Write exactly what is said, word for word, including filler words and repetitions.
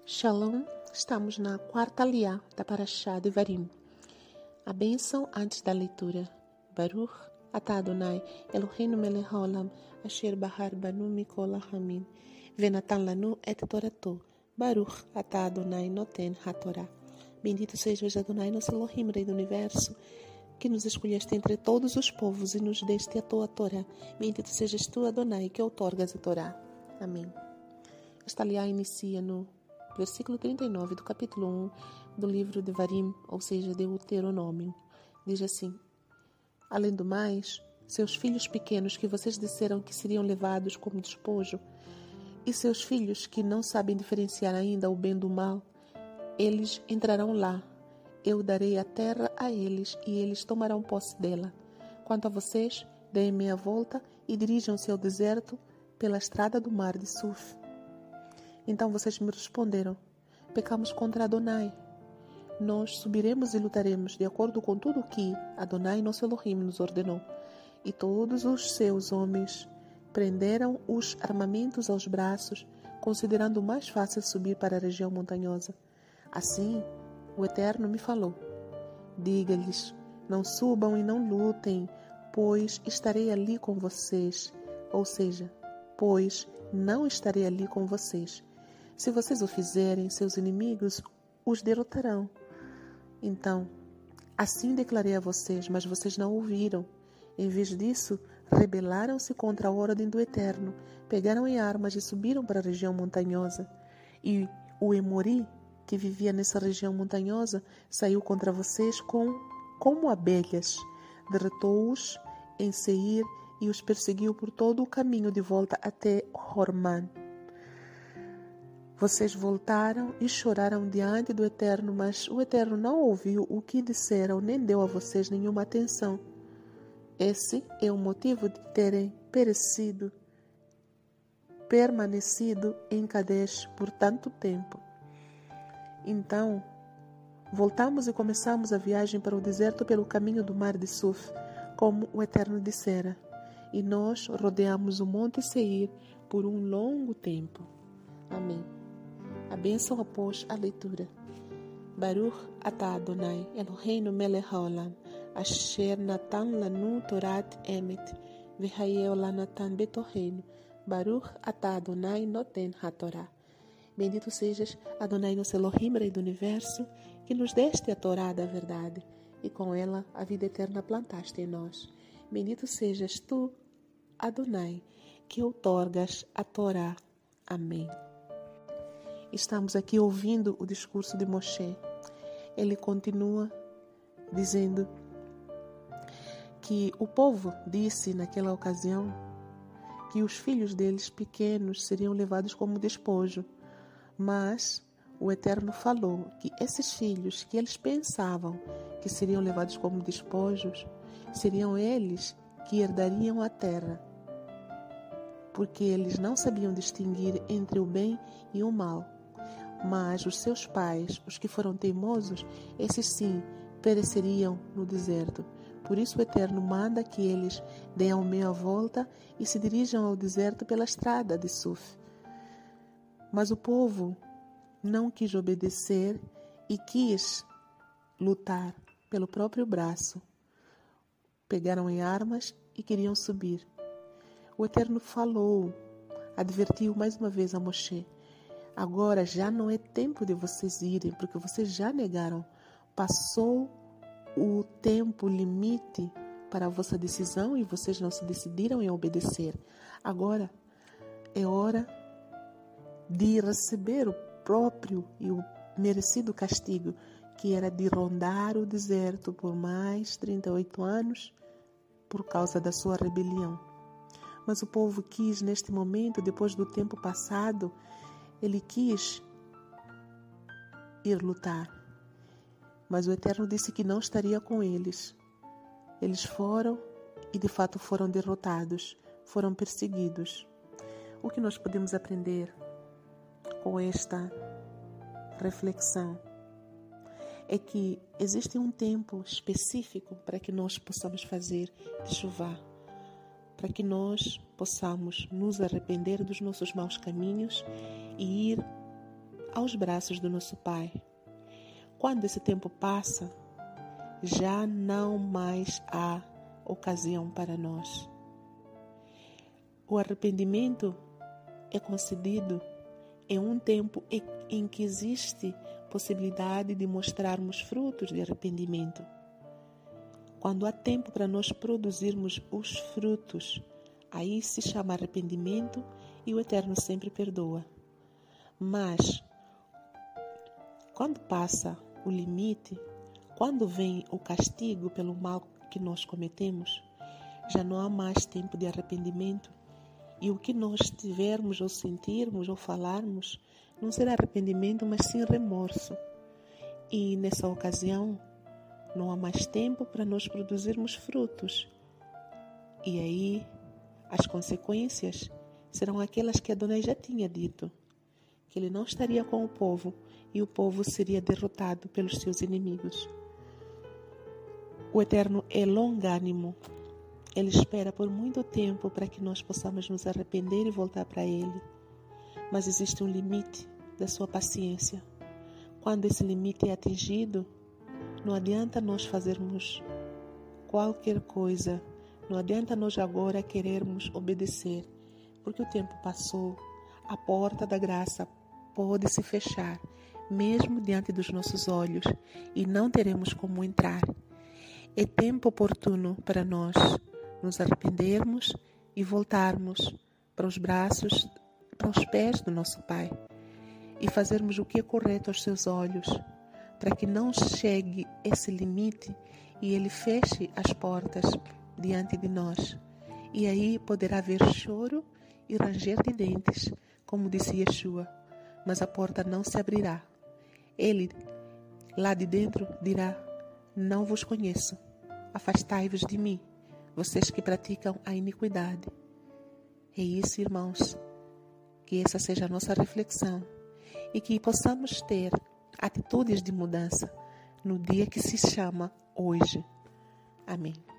Shalom, estamos na quarta aliá da Parashá de Varim. A bênção antes da leitura. Baruch atah Adonai Eloheinu melech haolam asher bahar banu mikol ha'amim venatan lanu et torato. Baruch atah Adonai noten hatorá. Bendito sejas Adonai, nosso Elohim, Rei do Universo, que nos escolheste entre todos os povos e nos deste a tua Torá. Bendito sejas tu, Adonai, que outorgas a Torá. Amém. Esta aliá inicia no versículo trinta e nove do capítulo um do livro de Varim, ou seja, Deuteronômio. Diz assim: além do mais, seus filhos pequenos que vocês disseram que seriam levados como despojo, e seus filhos que não sabem diferenciar ainda o bem do mal, eles entrarão lá. Eu darei a terra a eles e eles tomarão posse dela. Quanto a vocês, deem meia volta e dirijam-se ao deserto pela estrada do mar de Suf. Então vocês me responderam: pecamos contra Adonai. Nós subiremos e lutaremos de acordo com tudo o que Adonai, nosso Elohim, nos ordenou. E todos os seus homens prenderam os armamentos aos braços, considerando mais fácil subir para a região montanhosa. Assim, o Eterno me falou: diga-lhes, não subam e não lutem, pois estarei ali com vocês. Ou seja, pois não estarei ali com vocês. Se vocês o fizerem, seus inimigos os derrotarão. Então, assim declarei a vocês, mas vocês não ouviram. Em vez disso, rebelaram-se contra a ordem do Eterno, pegaram em armas e subiram para a região montanhosa. E o Emori, que vivia nessa região montanhosa, saiu contra vocês com, como abelhas. Derrotou-os em Seir e os perseguiu por todo o caminho de volta até Hormã. Vocês voltaram e choraram diante do Eterno, mas o Eterno não ouviu o que disseram, nem deu a vocês nenhuma atenção. Esse é o motivo de terem perecido, permanecido em Kadesh por tanto tempo. Então, voltamos e começamos a viagem para o deserto pelo caminho do mar de Suf, como o Eterno dissera. E nós rodeamos o monte Seir por um longo tempo. Amém. A bênção após a leitura. Baruch atah Adonai Eloheinu melech haolam asher natan lanu torat emet v'hayeu lanatan betoheinu. Baruch atah Adonai noten hatorá. Bendito sejas Adonai, nosso Elohim, Rei do Universo, que nos deste a Torá da verdade e com ela a vida eterna plantaste em nós. Bendito sejas tu, Adonai, que outorgas a Torá. Amém. Estamos aqui ouvindo o discurso de Moshe. Ele continua dizendo que o povo disse naquela ocasião que os filhos deles pequenos seriam levados como despojo, mas o Eterno falou que esses filhos que eles pensavam que seriam levados como despojos, seriam eles que herdariam a terra, porque eles não sabiam distinguir entre o bem e o mal. Mas os seus pais, os que foram teimosos, esses sim pereceriam no deserto. Por isso o Eterno manda que eles deem meia volta e se dirijam ao deserto pela estrada de Suf. Mas o povo não quis obedecer e quis lutar pelo próprio braço. Pegaram em armas e queriam subir. O Eterno falou, advertiu mais uma vez a Moshe: agora já não é tempo de vocês irem, porque vocês já negaram. Passou o tempo limite para a vossa decisão e vocês não se decidiram em obedecer. Agora é hora de receber o próprio e o merecido castigo, que era de rondar o deserto por mais trinta e oito anos por causa da sua rebelião. Mas o povo quis, neste momento, depois do tempo passado, ele quis ir lutar. Mas o Eterno disse que não estaria com eles. Eles foram e de fato foram derrotados, foram perseguidos. O que nós podemos aprender com esta reflexão é que existe um tempo específico para que nós possamos fazer chuva, para que nós possamos nos arrepender dos nossos maus caminhos e ir aos braços do nosso Pai. Quando esse tempo passa, já não mais há ocasião para nós. O arrependimento é concedido em um tempo em que existe possibilidade de mostrarmos frutos de arrependimento. Quando há tempo para nós produzirmos os frutos, aí se chama arrependimento e o Eterno sempre perdoa. Mas, quando passa o limite, quando vem o castigo pelo mal que nós cometemos, já não há mais tempo de arrependimento. E o que nós tivermos ou sentirmos ou falarmos não será arrependimento, mas sim remorso. E nessa ocasião não há mais tempo para nós produzirmos frutos. E aí as consequências serão aquelas que Adonai já tinha dito, que ele não estaria com o povo e o povo seria derrotado pelos seus inimigos. O Eterno é longânimo. Ele espera por muito tempo para que nós possamos nos arrepender e voltar para Ele. Mas existe um limite da sua paciência. Quando esse limite é atingido, não adianta nós fazermos qualquer coisa. Não adianta nós agora querermos obedecer, porque o tempo passou. A porta da graça pode se fechar, mesmo diante dos nossos olhos, e não teremos como entrar. É tempo oportuno para nós nos arrependermos e voltarmos para os braços, para os pés do nosso Pai e fazermos o que é correto aos seus olhos, para que não chegue esse limite e Ele feche as portas diante de nós. E aí poderá haver choro e ranger de dentes, como disse Yeshua, mas a porta não se abrirá. Ele, lá de dentro, dirá: não vos conheço, afastai-vos de mim, vocês que praticam a iniquidade. É isso, irmãos, que essa seja a nossa reflexão e que possamos ter atitudes de mudança no dia que se chama hoje. Amém.